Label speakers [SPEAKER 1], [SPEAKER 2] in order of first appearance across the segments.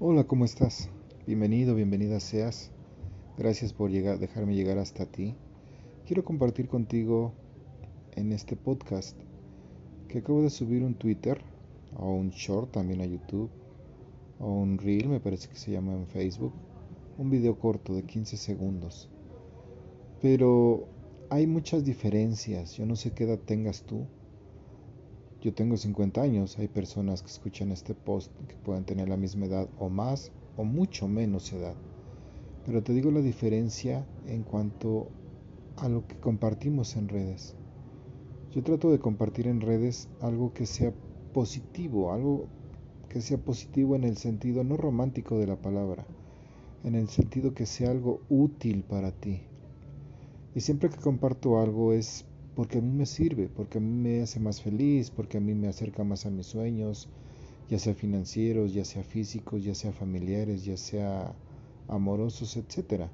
[SPEAKER 1] Hola, ¿cómo estás? Bienvenido, bienvenida seas. Gracias por dejarme llegar hasta ti. Quiero compartir contigo en este podcast que acabo de subir un Twitter o un short también a YouTube o un reel, me parece que se llama en Facebook, un video corto de 15 segundos. Pero hay muchas diferencias. Yo no sé qué edad tengas tú. Yo tengo 50 años. Hay personas que escuchan este post que pueden tener la misma edad o más o mucho menos edad. Pero te digo la diferencia en cuanto a lo que compartimos en redes. Yo trato de compartir en redes algo que sea positivo, algo que sea positivo en el sentido no romántico de la palabra, en el sentido que sea algo útil para ti. Y siempre que comparto algo es porque a mí me sirve, porque a mí me hace más feliz, porque a mí me acerca más a mis sueños, ya sea financieros, ya sea físicos, ya sea familiares, ya sea amorosos, etcétera.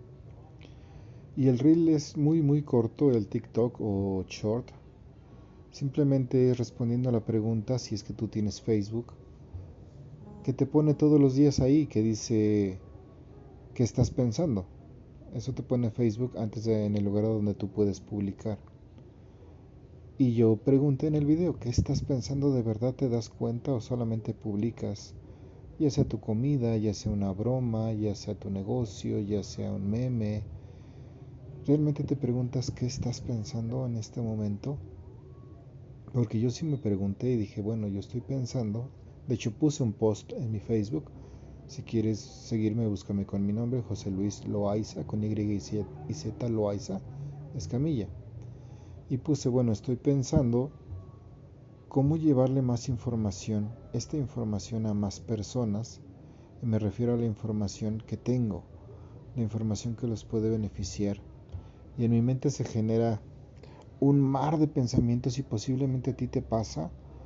[SPEAKER 1] Y el reel es muy corto, el TikTok o short. Simplemente respondiendo a la pregunta si es que tú tienes Facebook, que te pone todos los días ahí, que dice qué estás pensando. Eso te pone Facebook en el lugar donde tú puedes publicar. Y yo pregunté en el video, ¿qué estás pensando de verdad? ¿Te das cuenta o solamente publicas? Ya sea tu comida, ya sea una broma, ya sea tu negocio, ya sea un meme. ¿Realmente te preguntas qué estás pensando en este momento? Porque yo sí me pregunté y dije, bueno, yo estoy pensando, de hecho puse un post en mi Facebook, si quieres seguirme, búscame con mi nombre, José Luis Loaiza, con Y y Z Loaiza, Escamilla. Y puse, bueno, estoy pensando cómo llevarle más información, esta información a más personas, y me refiero a la información que tengo, la información que los puede beneficiar. Y en mi mente se genera un mar de pensamientos y posiblemente a ti te pasa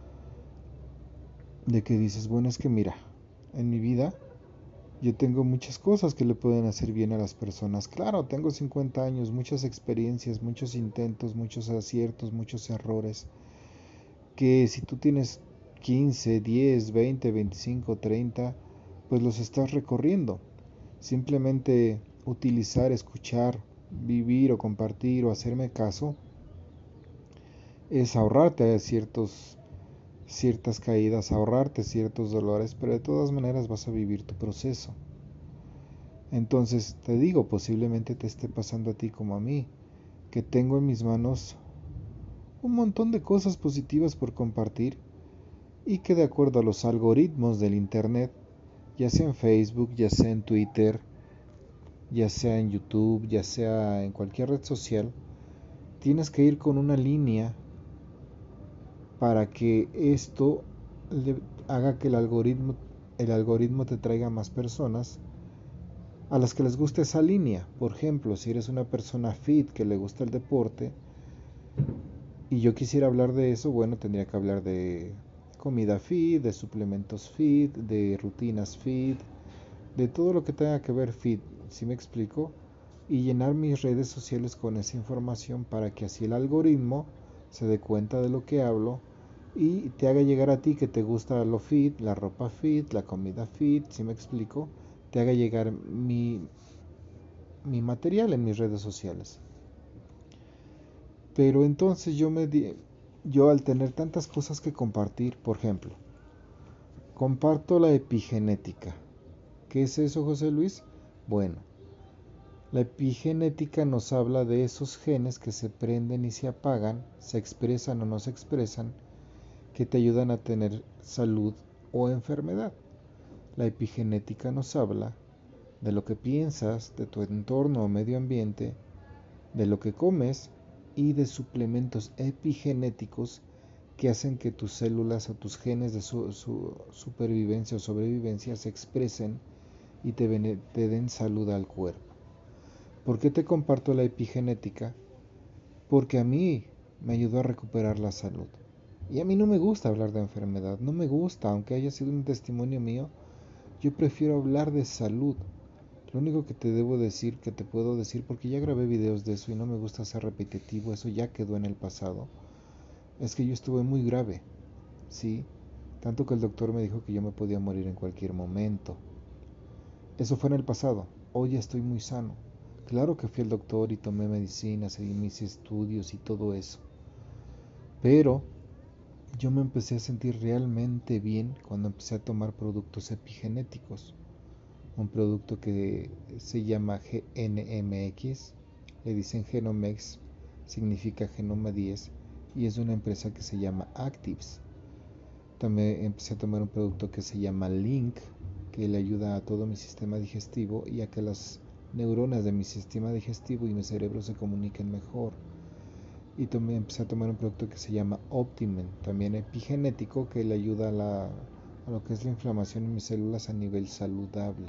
[SPEAKER 1] de que dices, bueno, es que mira, en mi vida yo tengo muchas cosas que le pueden hacer bien a las personas. Claro, tengo 50 años, muchas experiencias, muchos intentos, muchos aciertos, muchos errores, que si tú tienes 15, 10, 20, 25, 30, pues los estás recorriendo. Simplemente utilizar, escuchar, vivir o compartir o hacerme caso es ahorrarte ciertas caídas, ahorrarte ciertos dolores, pero de todas maneras vas a vivir tu proceso. Entonces te digo, posiblemente te esté pasando a ti como a mí, que tengo en mis manos un montón de cosas positivas por compartir y que de acuerdo a los algoritmos del Internet, ya sea en Facebook, ya sea en Twitter, ya sea en YouTube, ya sea en cualquier red social, tienes que ir con una línea para que esto haga que el algoritmo te traiga más personas a las que les guste esa línea. Por ejemplo, si eres una persona fit que le gusta el deporte y yo quisiera hablar de eso, bueno, tendría que hablar de comida fit, de suplementos fit, de rutinas fit, de todo lo que tenga que ver fit, ¿si me explico? Y llenar mis redes sociales con esa información para que así el algoritmo se dé cuenta de lo que hablo y te haga llegar a ti que te gusta lo fit, la ropa fit, la comida fit, ¿si me explico? Te haga llegar mi material en mis redes sociales. Pero entonces yo al tener tantas cosas que compartir, por ejemplo, comparto la epigenética. ¿Qué es eso, José Luis? Bueno, la epigenética nos habla de esos genes que se prenden y se apagan, se expresan o no se expresan, que te ayudan a tener salud o enfermedad. La epigenética nos habla de lo que piensas, de tu entorno o medio ambiente, de lo que comes y de suplementos epigenéticos que hacen que tus células o tus genes de su supervivencia o sobrevivencia se expresen y te den salud al cuerpo. ¿Por qué te comparto la epigenética? Porque a mí me ayudó a recuperar la salud. Y a mí no me gusta hablar de enfermedad, no me gusta, aunque haya sido un testimonio mío, yo prefiero hablar de salud. Lo único que te debo decir, que te puedo decir, porque ya grabé videos de eso y no me gusta ser repetitivo, eso ya quedó en el pasado, es que yo estuve muy grave, ¿sí? Tanto que el doctor me dijo que yo me podía morir en cualquier momento. Eso fue en el pasado. Hoy ya estoy muy sano. Claro que fui al doctor y tomé medicinas, seguí mis estudios y todo eso. Pero yo me empecé a sentir realmente bien cuando empecé a tomar productos epigenéticos. Un producto que se llama GNMX, le dicen Genomex, significa Genoma 10 y es de una empresa que se llama Actives. También empecé a tomar un producto que se llama Link, que le ayuda a todo mi sistema digestivo y a que las neuronas de mi sistema digestivo y mi cerebro se comuniquen mejor. Y también empecé a tomar un producto que se llama Optimen, también epigenético, que le ayuda a lo que es la inflamación en mis células a nivel saludable.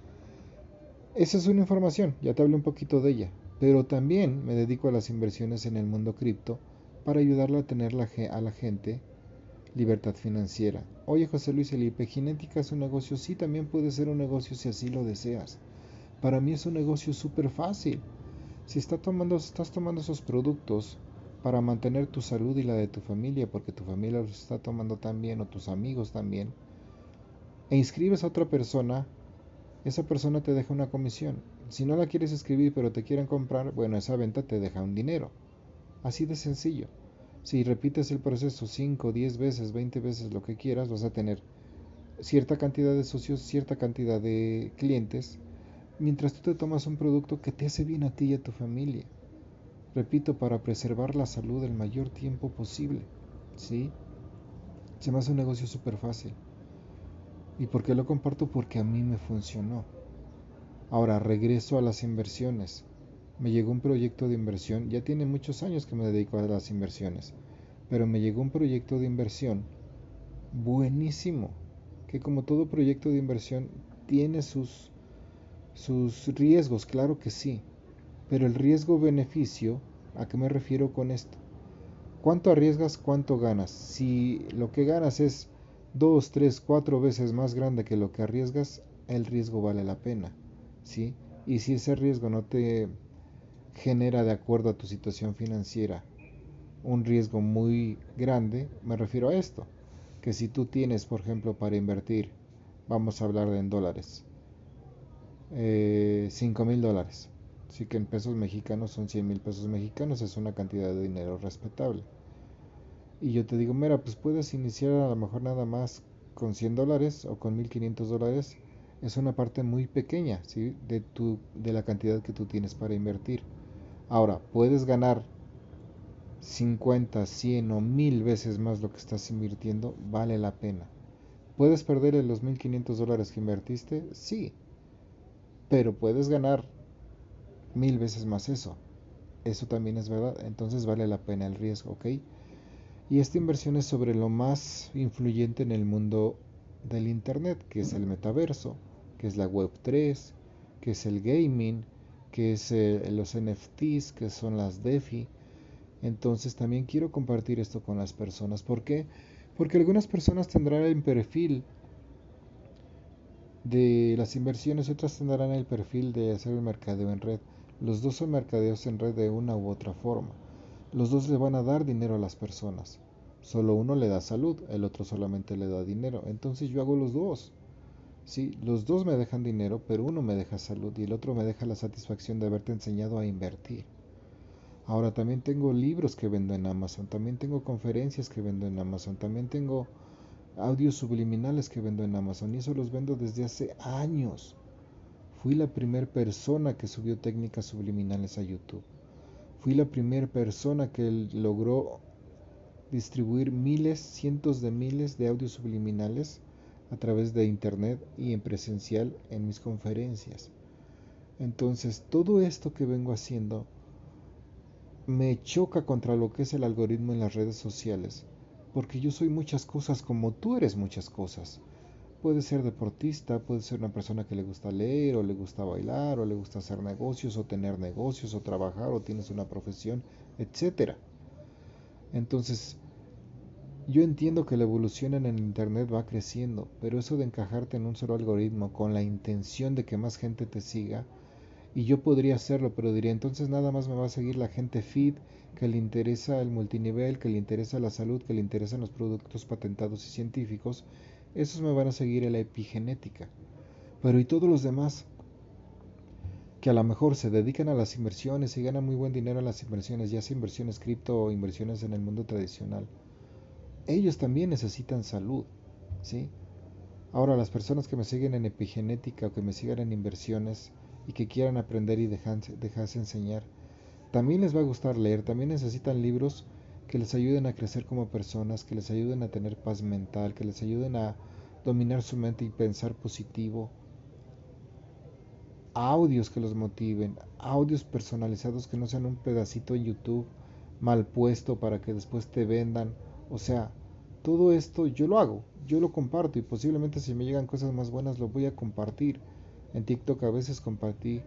[SPEAKER 1] Esa es una información, ya te hablé un poquito de ella, pero también me dedico a las inversiones en el mundo cripto para ayudarle a tener a la gente libertad financiera. Oye, José Luis, ¿el epigenética es un negocio? Sí, también puede ser un negocio si así lo deseas. Para mí es un negocio súper fácil. Si estás tomando esos productos para mantener tu salud y la de tu familia, porque tu familia los está tomando también o tus amigos también, e inscribes a otra persona, esa persona te deja una comisión. Si no la quieres escribir pero te quieren comprar, bueno, esa venta te deja un dinero. Así de sencillo. Si repites el proceso 5, 10 veces, 20 veces, lo que quieras, vas a tener cierta cantidad de socios, cierta cantidad de clientes, mientras tú te tomas un producto que te hace bien a ti y a tu familia. Repito, para preservar la salud el mayor tiempo posible. ¿Sí? Se me hace un negocio súper fácil. ¿Y por qué lo comparto? Porque a mí me funcionó. Ahora regreso a las inversiones. Me llegó un proyecto de inversión, ya tiene muchos años que me dedico a las inversiones, pero me llegó un proyecto de inversión buenísimo, que como todo proyecto de inversión tiene sus riesgos, claro que sí, pero el riesgo-beneficio, ¿a qué me refiero con esto? ¿Cuánto arriesgas, cuánto ganas? Si lo que ganas es 2, 3, 4 veces más grande que lo que arriesgas, el riesgo vale la pena, ¿sí? Y si ese riesgo no te genera de acuerdo a tu situación financiera un riesgo muy grande, me refiero a esto, que si tú tienes, por ejemplo, para invertir, vamos a hablar de en dólares, $5,000, así que en pesos mexicanos son 100,000 pesos mexicanos, es una cantidad de dinero respetable. Y yo te digo, mira, pues puedes iniciar a lo mejor nada más con $100 o con $1,500, es una parte muy pequeña, ¿sí? De la cantidad que tú tienes para invertir. Ahora, puedes ganar 50, 100 o 1000 veces más lo que estás invirtiendo, vale la pena. ¿Puedes perder los $1,500 que invertiste? Sí, pero puedes ganar 1000 veces más eso. Eso también es verdad, entonces vale la pena el riesgo, ¿ok? Y esta inversión es sobre lo más influyente en el mundo del Internet, que es el metaverso, que es la Web 3, que es el gaming, que es los NFTs, que son las DeFi. Entonces también quiero compartir esto con las personas. ¿Por qué? Porque algunas personas tendrán el perfil de las inversiones, otras tendrán el perfil de hacer el mercadeo en red. Los dos son mercadeos en red de una u otra forma. Los dos le van a dar dinero a las personas. Solo uno le da salud, el otro solamente le da dinero. Entonces yo hago los dos. Sí, los dos me dejan dinero, pero uno me deja salud y el otro me deja la satisfacción de haberte enseñado a invertir. Ahora también tengo libros que vendo en Amazon, también tengo conferencias que vendo en Amazon, también tengo audios subliminales que vendo en Amazon y eso los vendo desde hace años. Fui la primera persona que subió técnicas subliminales a YouTube. Fui la primera persona que logró distribuir miles, cientos de miles de audios subliminales a través de internet y en presencial en mis conferencias. Entonces, todo esto que vengo haciendo me choca contra lo que es el algoritmo en las redes sociales, porque yo soy muchas cosas como tú eres muchas cosas. Puedes ser deportista, puedes ser una persona que le gusta leer, o le gusta bailar, o le gusta hacer negocios, o tener negocios, o trabajar, o tienes una profesión, etcétera. Entonces, yo entiendo que la evolución en el Internet va creciendo, pero eso de encajarte en un solo algoritmo con la intención de que más gente te siga, y yo podría hacerlo, pero diría, entonces nada más me va a seguir la gente fit, que le interesa el multinivel, que le interesa la salud, que le interesan los productos patentados y científicos, esos me van a seguir en la epigenética. Pero ¿y todos los demás que a lo mejor se dedican a las inversiones y ganan muy buen dinero en las inversiones, ya sea inversiones cripto o inversiones en el mundo tradicional? Ellos también necesitan salud, ¿sí? Ahora, las personas que me siguen en epigenética o que me sigan en inversiones y que quieran aprender y dejarse enseñar, también les va a gustar leer, también necesitan libros que les ayuden a crecer como personas, que les ayuden a tener paz mental, que les ayuden a dominar su mente y pensar positivo, audios que los motiven, audios personalizados que no sean un pedacito en YouTube mal puesto para que después te vendan. O sea, todo esto yo lo hago, yo lo comparto y posiblemente si me llegan cosas más buenas lo voy a compartir. En TikTok a veces compartí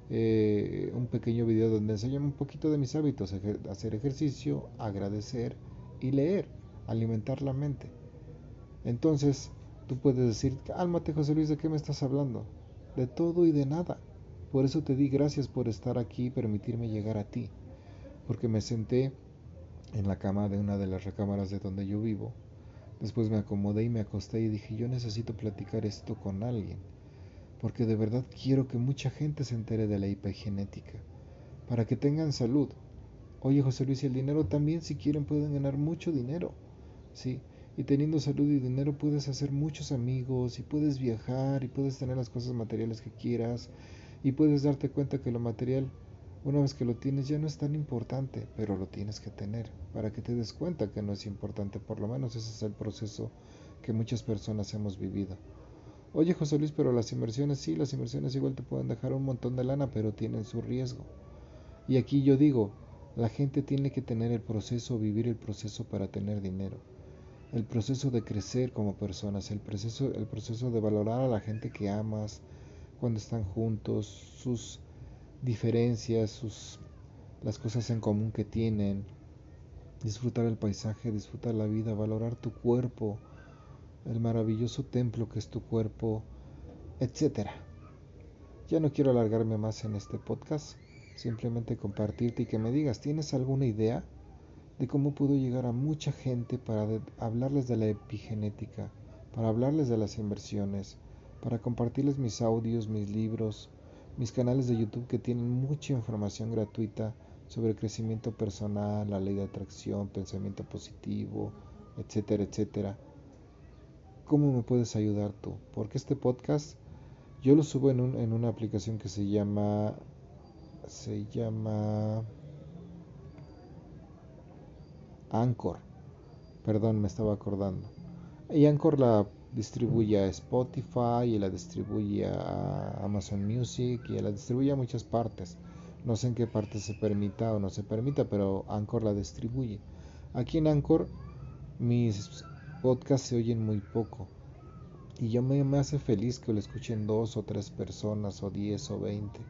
[SPEAKER 1] un pequeño video donde enseño un poquito de mis hábitos, hacer ejercicio, agradecer y leer, alimentar la mente. Entonces, tú puedes decir, cálmate José Luis, ¿de qué me estás hablando? De todo y de nada. Por eso te di gracias por estar aquí y permitirme llegar a ti. Porque me senté en la cama de una de las recámaras de donde yo vivo. Después me acomodé y me acosté y dije, yo necesito platicar esto con alguien. Porque de verdad quiero que mucha gente se entere de la epigenética. Para que tengan salud. Oye José Luis, y el dinero también, si quieren, pueden ganar mucho dinero. Sí, y teniendo salud y dinero puedes hacer muchos amigos y puedes viajar y puedes tener las cosas materiales que quieras y puedes darte cuenta que lo material, una vez que lo tienes, ya no es tan importante, pero lo tienes que tener para que te des cuenta que no es importante. Por lo menos ese es el proceso que muchas personas hemos vivido. Oye José Luis, pero las inversiones, sí, las inversiones igual te pueden dejar un montón de lana, pero tienen su riesgo. Y aquí yo digo, la gente tiene que tener el proceso, vivir el proceso para tener dinero. El proceso de crecer como personas, el proceso de valorar a la gente que amas cuando están juntos, sus diferencias, las cosas en común que tienen, disfrutar el paisaje, disfrutar la vida, valorar tu cuerpo, el maravilloso templo que es tu cuerpo, etcétera. Ya no quiero alargarme más en este podcast, simplemente compartirte y que me digas, ¿tienes alguna idea de cómo puedo llegar a mucha gente para hablarles de la epigenética, para hablarles de las inversiones, para compartirles mis audios, mis libros, mis canales de YouTube que tienen mucha información gratuita sobre crecimiento personal, la ley de atracción, pensamiento positivo, etcétera, etcétera? ¿Cómo me puedes ayudar tú? Porque este podcast yo lo subo en una aplicación que se llama Anchor. Perdón, me estaba acordando. Y Anchor la distribuye a Spotify y la distribuye a Amazon Music y la distribuye a muchas partes. No sé en qué parte se permita o no se permita, pero Anchor la distribuye. Aquí en Anchor mis podcasts se oyen muy poco y yo me hace feliz que lo escuchen 2 o 3 personas o 10 o 20.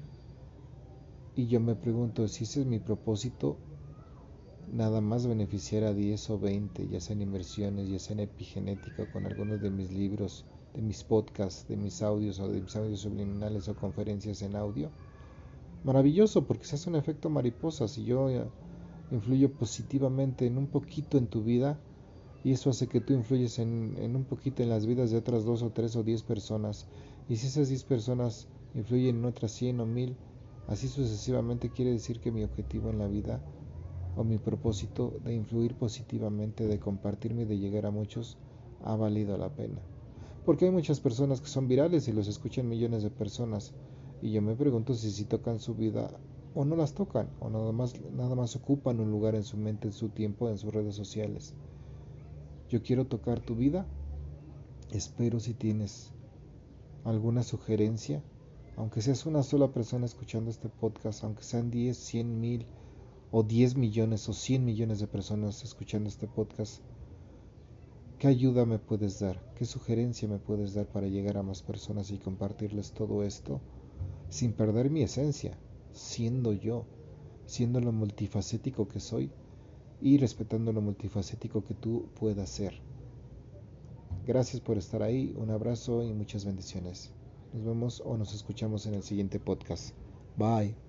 [SPEAKER 1] Y yo me pregunto si ese es mi propósito, nada más beneficiar a 10 o 20, ya sea en inversiones, ya sea en epigenética, con algunos de mis libros, de mis podcasts, de mis audios o de mis audios subliminales o conferencias en audio. Maravilloso, porque se hace un efecto mariposa. Si yo influyo positivamente en un poquito en tu vida, y eso hace que tú influyes en un poquito en las vidas de otras 2 o 3 o 10 personas, y si esas 10 personas influyen en otras 100 o 1000, así sucesivamente, quiere decir que mi objetivo en la vida o mi propósito de influir positivamente, de compartirme y de llegar a muchos, ha valido la pena. Porque hay muchas personas que son virales y los escuchan millones de personas. Y yo me pregunto si tocan su vida o no las tocan, o nada más ocupan un lugar en su mente, en su tiempo, en sus redes sociales. Yo quiero tocar tu vida. Espero si tienes alguna sugerencia, aunque seas una sola persona escuchando este podcast, aunque sean 10, 100, 1000 o 10 millones o 100 millones de personas escuchando este podcast, ¿qué ayuda me puedes dar? ¿Qué sugerencia me puedes dar para llegar a más personas y compartirles todo esto sin perder mi esencia, siendo yo, siendo lo multifacético que soy y respetando lo multifacético que tú puedas ser? Gracias por estar ahí, un abrazo y muchas bendiciones. Nos vemos o nos escuchamos en el siguiente podcast. Bye.